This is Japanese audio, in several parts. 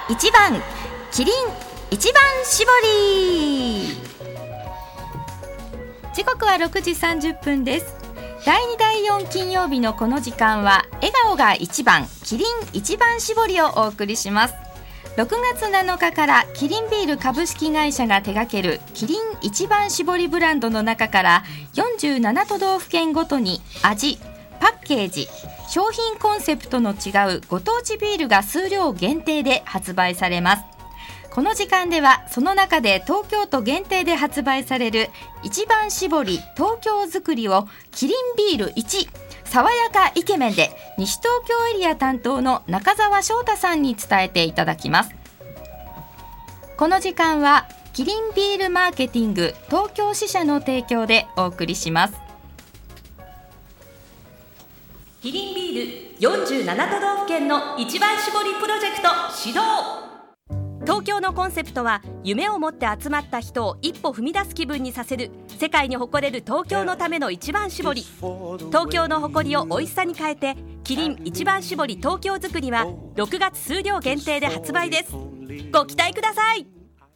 一番キリン一番搾り。時刻は6時30分です。第2第4金曜日のこの時間は笑顔が一番キリン一番搾りをお送りします。6月7日からキリンビール株式会社が手掛けるキリン一番搾りブランドの中から47都道府県ごとに味、パッケージ、商品コンセプトの違うご当地ビールが数量限定で発売されます。この時間ではその中で東京都限定で発売される一番搾り東京づくりをキリンビール1爽やかイケメンで西東京エリア担当の中澤翔太さんに伝えていただきます。この時間はキリンビールマーケティング東京支社の提供でお送りします。キリンビール47都道府県の一番搾りプロジェクト始動。東京のコンセプトは夢を持って集まった人を一歩踏み出す気分にさせる世界に誇れる東京のための一番搾り。東京の誇りを美味しさに変えてキリン一番搾り東京づくりは6月数量限定で発売です。ご期待ください。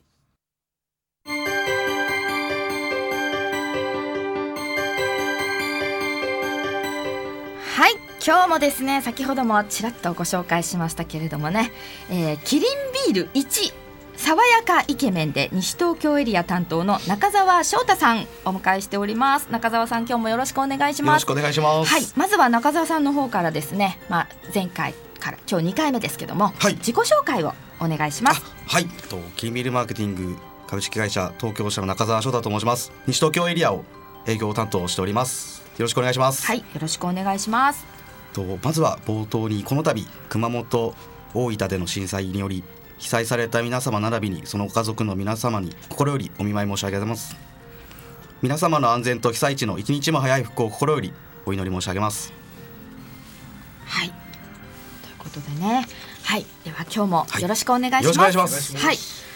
はい、今日もですね、先ほどもちらっとご紹介しましたけれどもね、キリンビール1爽やかイケメンで西東京エリア担当の中澤翔太さんお迎えしております。中澤さん、今日もよろしくお願いします。 よろしくお願いします。 はい、まずは中澤さんの方からですね、前回から今日2回目ですけども、 はい、 自己紹介をお願いします。 はい、キリンビールマーケティング株式会社東京支社の中澤翔太と申します。西東京エリアを営業担当しております。よろしくお願いします。 はい、よろしくお願いします。 まずは冒頭にこの度熊本大分での震災により被災された皆様並びにそのご家族の皆様に心よりお見舞い申し上げます。皆様の安全と被災地の一日も早い復興を心よりお祈り申し上げます。 はい、ということでね、はい、では今日もよろしくお願いします。 よろしくお願いします。 はい、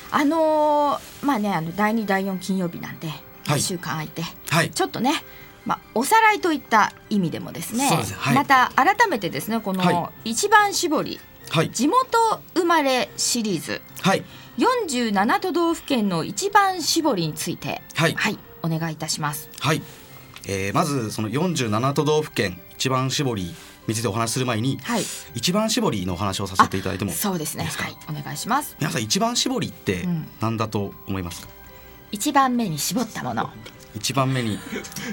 第2第4金曜日なんで1週間空いて、はい、ちょっとね、おさらいといった意味でもですね、はい、また改めてですね、この一番搾り、はい、地元生まれシリーズ、はい、47都道府県の一番搾りについて、はいはい、お願いいたします。 はい、まずその47都道府県一番搾りについてお話しする前に、はい、一番搾りのお話をさせていただいてもいいですか？ そうですね、はい、お願いします。 皆さん一番搾りって何だと思いますか？ 一番目に絞ったもの。 一番目に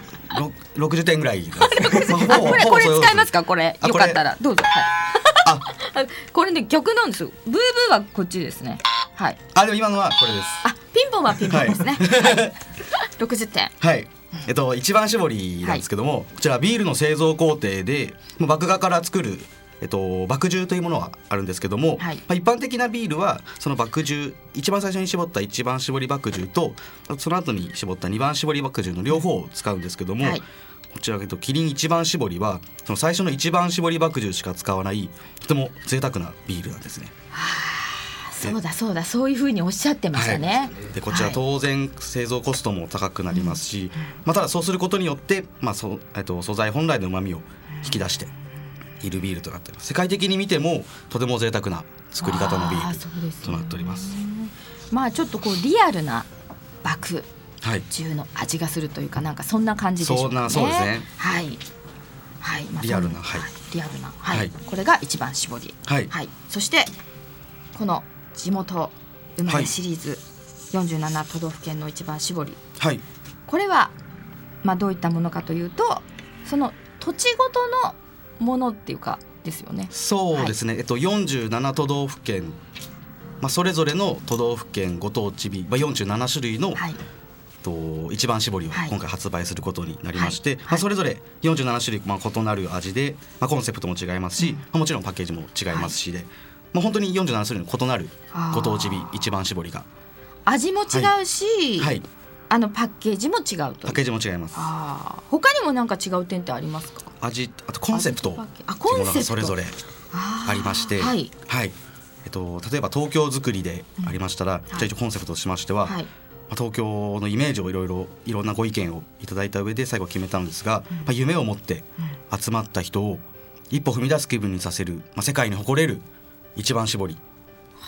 60点ぐらいこれ使いますか？これよかったらどうぞ。はい、これね、逆なんですよ。ブーブーはこっちですね。はい、 でも今のはこれです。 ピンポンはピンポンですね。はいはい、60点。はい、 一番搾りなんですけども、こちらビールの製造工程で麦芽から作る麦汁というものはあるんですけども、はい、一般的なビールはその麦汁、一番最初に絞った一番搾り麦汁とその後に絞った二番搾り麦汁の両方を使うんですけども、はい、こちらキリン一番搾りはその最初の一番搾り麦汁しか使わないとても贅沢なビールなんですね。 そうだ、そういう風におっしゃってましたね。 はい、でこちら当然製造コストも高くなりますし、ただそうすることによって、素材本来の旨味を引き出しているビールとなっています。世界的に見てもとても贅沢な作り方のビールとなっております。 ちょっとリアルな麦汁の味がするというか、なんかそんな感じでしょうかね。 そうですね。 はい、はい、 リアルな、はい、 リアルな、はいはい、これが一番搾り、はいはい、そしてこの地元生まれシリーズ、はい、47都道府県の一番搾り、はい、これはどういったものかというと、その土地ごとのものっていうかですよね。 そうですね、はい、47都道府県、それぞれの都道府県ご当地ビール、47種類の、はい、一番搾りを今回発売することになりまして、はい、それぞれ47種類、異なる味で、コンセプトも違いますし、もちろんパッケージも違いますしで、本当に47種類の異なるご当地ビール一番搾りが味も違うし、はい、パッケージも違うと。 パッケージも違います。 他にも何か違う点ってありますか？あとコンセプトというものがそれぞれありまして、はいはい、例えば東京づくりでありましたら、じゃあコンセプトとしましては、はい、東京のイメージをいろんなご意見をいただいた上で最後決めたんですが、夢を持って集まった人を一歩踏み出す気分にさせる、世界に誇れる一番搾り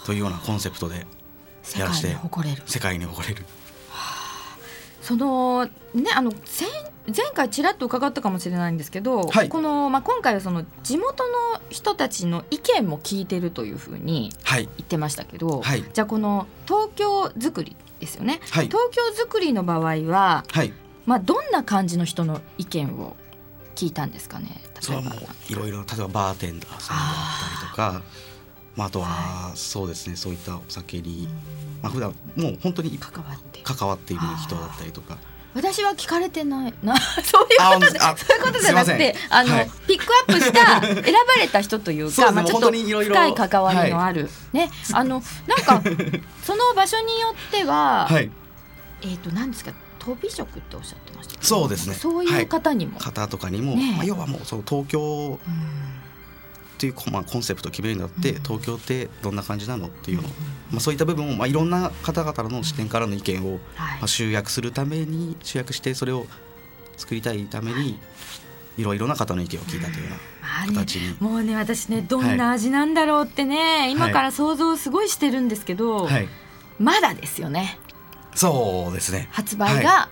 というようなコンセプトでやらせて、世界に誇れる。 そのね、前回ちらっと伺ったかもしれないんですけど、はい、今回はその地元の人たちの意見も聞いてるというふうに言ってましたけど、はい、じゃあこの東京づくりですよね、はい、東京づくりの場合は、はい、どんな感じの人の意見を聞いたんですかね。 それはもういろいろ、例えばバーテンダーさんだったりとか、あとはそうですね、そういったお酒に、普段もう本当に関わっている人だったりとか。 私は聞かれてないなそういうことじゃなくて、ピックアップした選ばれた人というかちょっと深い関わりのある、ね、なんかその場所によっては、何ですか、とび職っておっしゃってました、 そうですね、 そういう方にも、 方とかにも、要はもうその東京っていうコンセプトを決めるんだって、東京ってどんな感じなのっていうの、そういった部分を、いろんな方々の視点からの意見を、集約してそれを作りたいためにいろいろな方の意見を聞いたというような形に、 もうね、私ね、どんな味なんだろうってね、今から想像すごいしてるんですけど、まだですよね。 そうですね、 発売が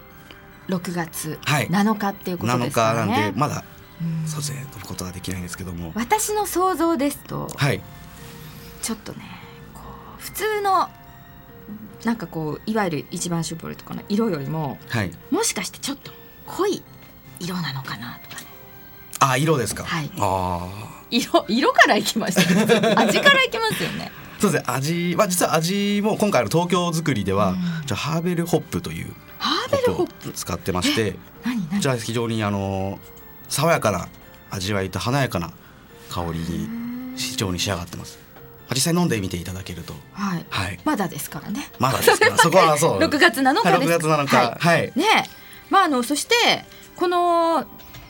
6月7日っていうことですからね。 7日なんでまだそうですね、取ることはできないんですけども、 私の想像ですと、ちょっとね、普通のなんかいわゆる一番搾りとかの色よりも、もしかしてちょっと濃い色なのかなとかね。 色ですか。 色からいきましたね味からいきますよね。 そうですね、味は実は味も今回の東京作りでは、ハーベルホップというホップを使ってまして、じゃあ非常に爽やかな味わいと華やかな香りに非常に仕上がってます。実際飲んでみていただけると、 まだですからね。 まだですからそこはそう 6月7日です。 6月7日、 ね、そしてこの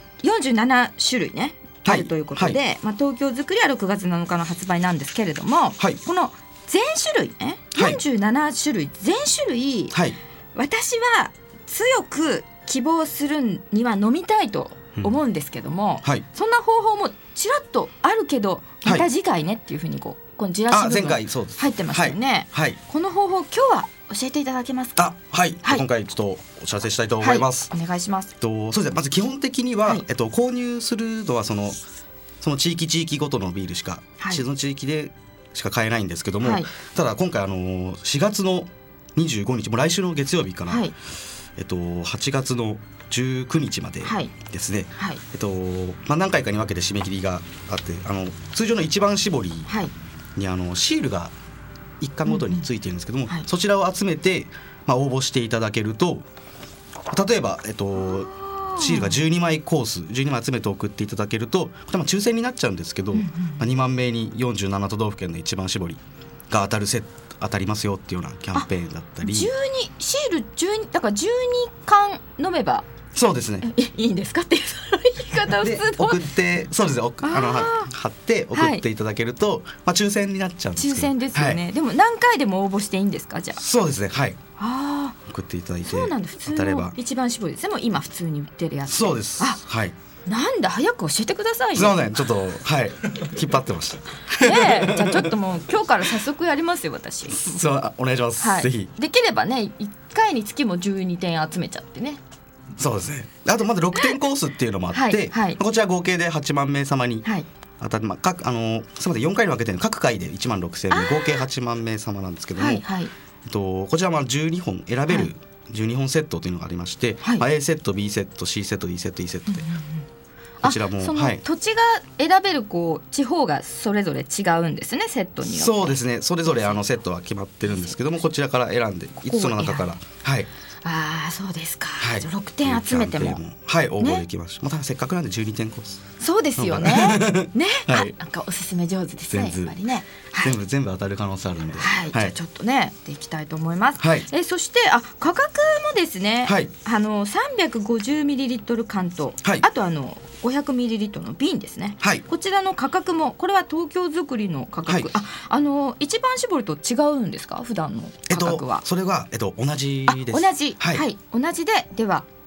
47種類ねあるということで、東京づくりは6月7日の発売なんですけれども、この全種類ね、47種類全種類、私は強く希望するには飲みたいと思うんですけども、そんな方法もちらっとあるけど、また次回ねっていうふうにこのチラシ部分入ってましたよね。この方法、今日は教えていただけますか。 今回ちょっとお知らせしたいと思います。 お願いします。 そうですね、まず基本的には、購入するのはその地域ごとのビールしか、その地域でしか買えないんですけども、ただ今回4月の25日もう来週の月曜日から、8月の19日までですね、何回かに分けて締め切りがあって、通常の一番搾りにシールが1巻ごとについてるんですけども、そちらを集めて、応募していただけると、例えば、シールが12枚コース12枚集めて送っていただけると、これは抽選になっちゃうんですけど、2万名に47都道府県の一番搾りが当たりますよっていうようなキャンペーンだったり、シール12だから12巻飲めば、 そうですね、 いいんですかっていう言い方を普通送って、そうですね、貼って送っていただけると、抽選になっちゃうんですけど、 抽選ですよね。でも何回でも応募していいんですか。じゃあそうですね、送っていただいて、 そうなんだ、普通の一番搾りですね。もう今普通に売ってるやつ。 そうです。 なんだ、早く教えてくださいよ。 すいません、ちょっと引っ張ってましたじゃあちょっともう今日から早速やりますよ、私。 お願いします、ぜひ。 できればね、1回につきも12点集めちゃってね。 そうですね。あとまだ6点コースっていうのもあって、こちら合計で8万名様に当たって、すみません、4回に分けて各回で1万6000名、合計8万名様なんですけども、こちらは12本選べる12本セットというのがありまして、A セット B セット C セット D セット E セットで、こちらもその土地が選べる地方がそれぞれ違うんですね、セットによって。そうですね、それぞれセットは決まってるんですけども、こちらから選んで5つの中から、 そうですか。6点集めても応募できます。ただせっかくなんで12点コース。 そうですよね。なんかおすすめ上手ですね、やっぱりね。 全部当たる可能性あるんで、 じゃあちょっとねでいきたいと思います。そして価格もですね、350ml 缶と、あと500ml の瓶ですね、こちらの価格も、これは東京づくりの価格、一番搾りと違うんですか、普段の価格は。 それは、同じです。 同じで、では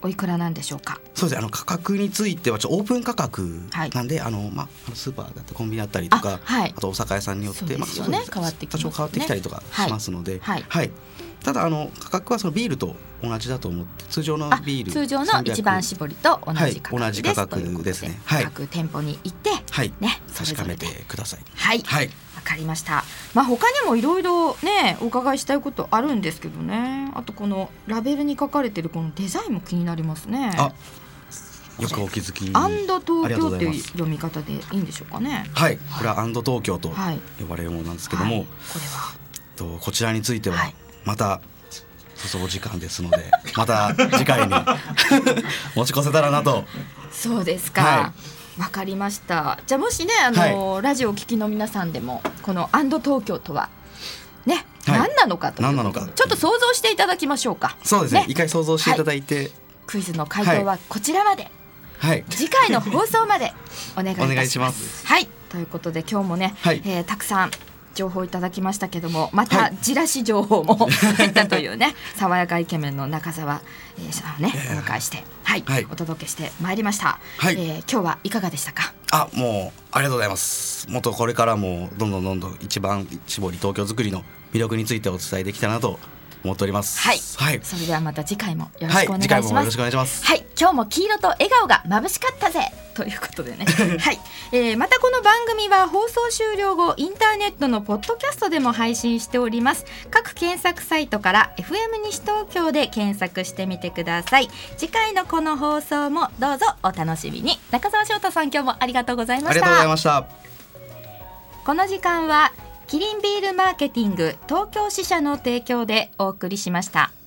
おいくらなんでしょうか。 そうですね、価格についてはオープン価格なんで、スーパーだったりコンビニだったりとか、あとお酒屋さんによって、 変わってきますね、 多少変わってきたりとかしますので、ただ価格はそのビールと同じだと思って、通常のビール、 通常の一番搾りと同じ価格ですね。各店舗に行ってね、 確かめてください。 はい、わかりました。他にもいろいろねお伺いしたいことあるんですけどね。あとこのラベルに書かれてるこのデザインも気になりますね。 よくお気づき。 アンド東京っていう読み方でいいんでしょうかね。 これはアンド東京と呼ばれるものなんですけども、こちらについてはまたお時間ですので、また次回に持ち越せたらなと。 そうですか、わかりました。じゃあもしねラジオを聞きの皆さんでもこのアンド東京とはね、何なのかということでちょっと想像していただきましょうか。 そうですね、一回想像していただいて、 クイズの回答はこちらまで、次回の放送までお願いいたします。ということで今日もね、たくさん情報いただきましたけども、またじらし情報も入ったというね爽やかイケメンの中澤さんをねお迎えしてお届けしてまいりました。今日はいかがでしたか。 もうありがとうございます。もっとこれからもどんどん一番搾り東京作りの魅力についてお伝えできたらなと思っております。 それではまた次回もよろしくお願いします。 次回もよろしくお願いします。 今日も黄色と笑顔が眩しかったぜということでねまたこの番組は放送終了後インターネットのポッドキャストでも配信しております。各検索サイトから FM 西東京で検索してみてください。次回のこの放送もどうぞお楽しみに。中澤翔太さん、今日もありがとうございました。 ありがとうございました。 この時間はキリンビールマーケティング東京支社の提供でお送りしました。